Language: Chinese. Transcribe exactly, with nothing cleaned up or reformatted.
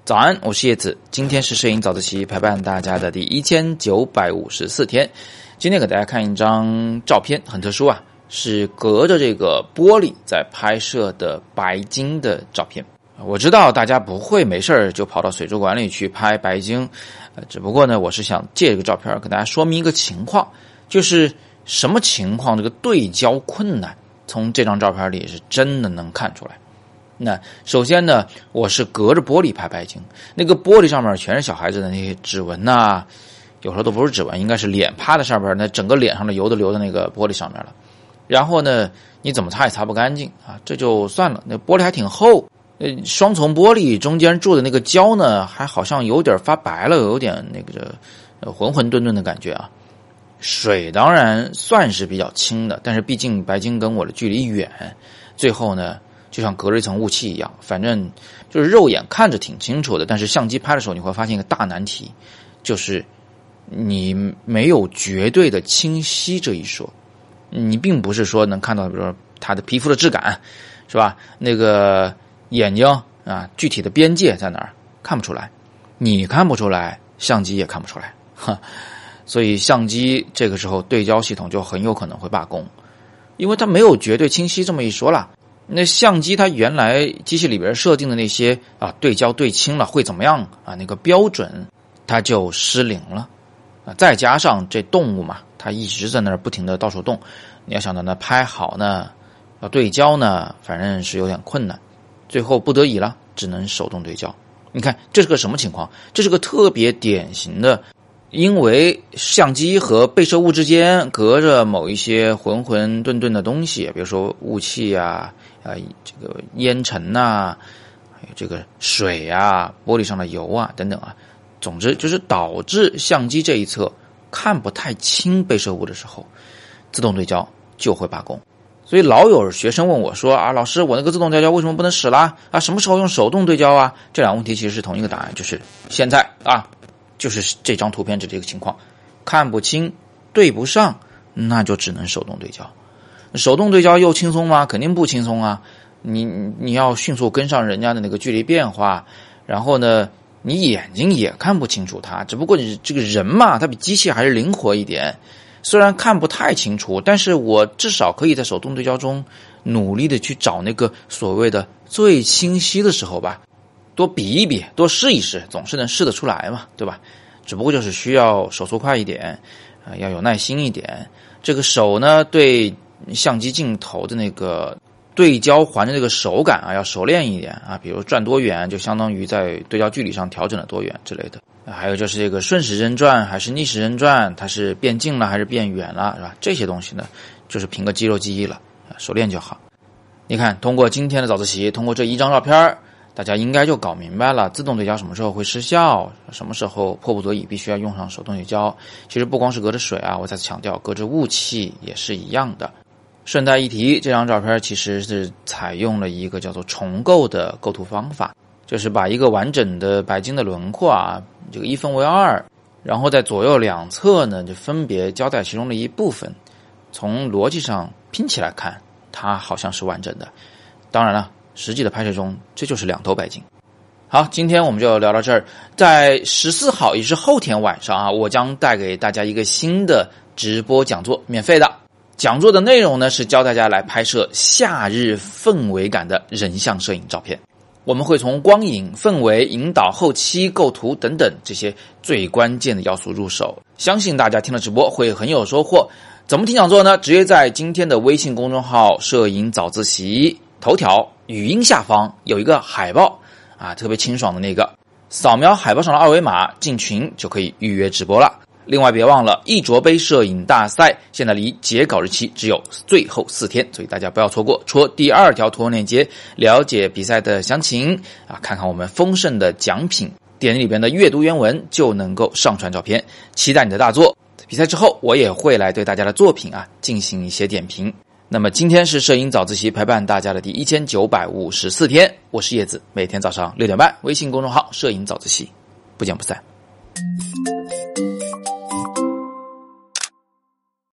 早安，我是叶子，今天是摄影早自习陪伴大家的第一千九百五十四天。今天给大家看一张照片，很特殊啊，是隔着这个玻璃在拍摄的白鲸的照片。我知道大家不会没事就跑到水族馆里去拍白鲸，呃，只不过呢，我是想借这个照片跟大家说明一个情况，就是什么情况这个对焦困难，从这张照片里是真的能看出来。那首先呢，我是隔着玻璃拍白鲸，那个玻璃上面全是小孩子的那些指纹呐、啊，有时候都不是指纹，应该是脸趴在上面，那整个脸上的油都流到那个玻璃上面了。然后呢，你怎么擦也擦不干净啊，这就算了。那玻璃还挺厚，呃，双层玻璃中间做的那个胶呢，还好像有点发白了，有点那个呃浑浑沌沌的感觉啊。水当然算是比较清的，但是毕竟白鲸跟我的距离远，最后呢，就像隔着一层雾气一样，反正就是肉眼看着挺清楚的，但是相机拍的时候你会发现一个大难题，就是你没有绝对的清晰这一说。你并不是说能看到比如说它的皮肤的质感，是吧？那个眼睛啊，具体的边界在哪儿看不出来，你看不出来，相机也看不出来，哈。所以相机这个时候对焦系统就很有可能会罢工，因为它没有绝对清晰这么一说了。那相机它原来机器里边设定的那些啊对焦对清了会怎么样啊？那个标准它就失灵了啊！再加上这动物嘛，它一直在那儿不停的到处动，你要想到呢拍好呢，要对焦呢，反正是有点困难。最后不得已了，只能手动对焦。你看这是个什么情况？这是个特别典型的。因为相机和被摄物之间隔着某一些浑浑沌沌的东西，比如说雾气啊、啊这个烟尘呐、还有这个水啊、玻璃上的油啊等等啊，总之就是导致相机这一侧看不太清被摄物的时候，自动对焦就会罢工。所以老有学生问我说啊，老师，我那个自动对焦为什么不能使啦？啊，什么时候用手动对焦啊？这两个问题其实是同一个答案，就是现在啊。就是这张图片这这个情况，看不清对不上，那就只能手动对焦。手动对焦又轻松吗？肯定不轻松啊！你你要迅速跟上人家的那个距离变化，然后呢，你眼睛也看不清楚它。只不过你这个人嘛，它比机器还是灵活一点。虽然看不太清楚，但是我至少可以在手动对焦中努力的去找那个所谓的最清晰的时候吧。多比一比，多试一试，总是能试得出来嘛，对吧？只不过就是需要手速快一点，呃，要有耐心一点。这个手呢，对相机镜头的那个对焦环的那个手感啊，要熟练一点啊。比如转多远，就相当于在对焦距离上调整了多远之类的。还有就是这个顺时针转还是逆时针转，它是变近了还是变远了，是吧？这些东西呢，就是凭个肌肉记忆了，熟练就好。你看，通过今天的早自习，通过这一张照片，大家应该就搞明白了，自动对焦什么时候会失效，什么时候迫不得已必须要用上手动对焦。其实不光是隔着水啊，我再次强调，隔着雾气也是一样的。顺带一提，这张照片其实是采用了一个叫做重构的构图方法，就是把一个完整的白鲸的轮廓啊，这个一分为二，然后在左右两侧呢，就分别交代其中的一部分。从逻辑上拼起来看，它好像是完整的。当然了，实际的拍摄中，这就是两头白鲸。好，今天我们就聊到这儿。在十四号，也是后天晚上啊，我将带给大家一个新的直播讲座，免费的。讲座的内容呢，是教大家来拍摄夏日氛围感的人像摄影照片。我们会从光影、氛围、引导、后期、构图等等这些最关键的要素入手。相信大家听了直播会很有收获。怎么听讲座呢？直接在今天的微信公众号“摄影早自习”头条语音下方有一个海报啊，特别清爽的那个，扫描海报上的二维码进群就可以预约直播了。另外别忘了，一卓杯摄影大赛现在离截稿日期只有最后四天，所以大家不要错过，戳第二条图文链接了解比赛的详情啊，看看我们丰盛的奖品，点里边的阅读原文就能够上传照片，期待你的大作。比赛之后我也会来对大家的作品啊进行一些点评。那么今天是摄影早自习陪伴大家的第一千九百五十四天，我是叶子，每天早上六点半，微信公众号摄影早自习，不见不散。